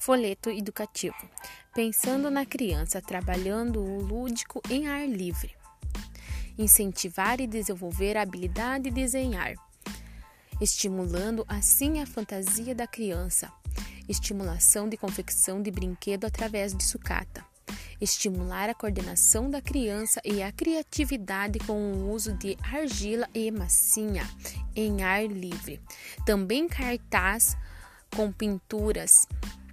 Folheto educativo. Pensando na criança, trabalhando o lúdico em ar livre. Incentivar e desenvolver a habilidade de desenhar, estimulando assim a fantasia da criança. Estimulação de confecção de brinquedo através de sucata. Estimular a coordenação da criança e a criatividade com o uso de argila e massinha em ar livre. Também cartaz com pinturas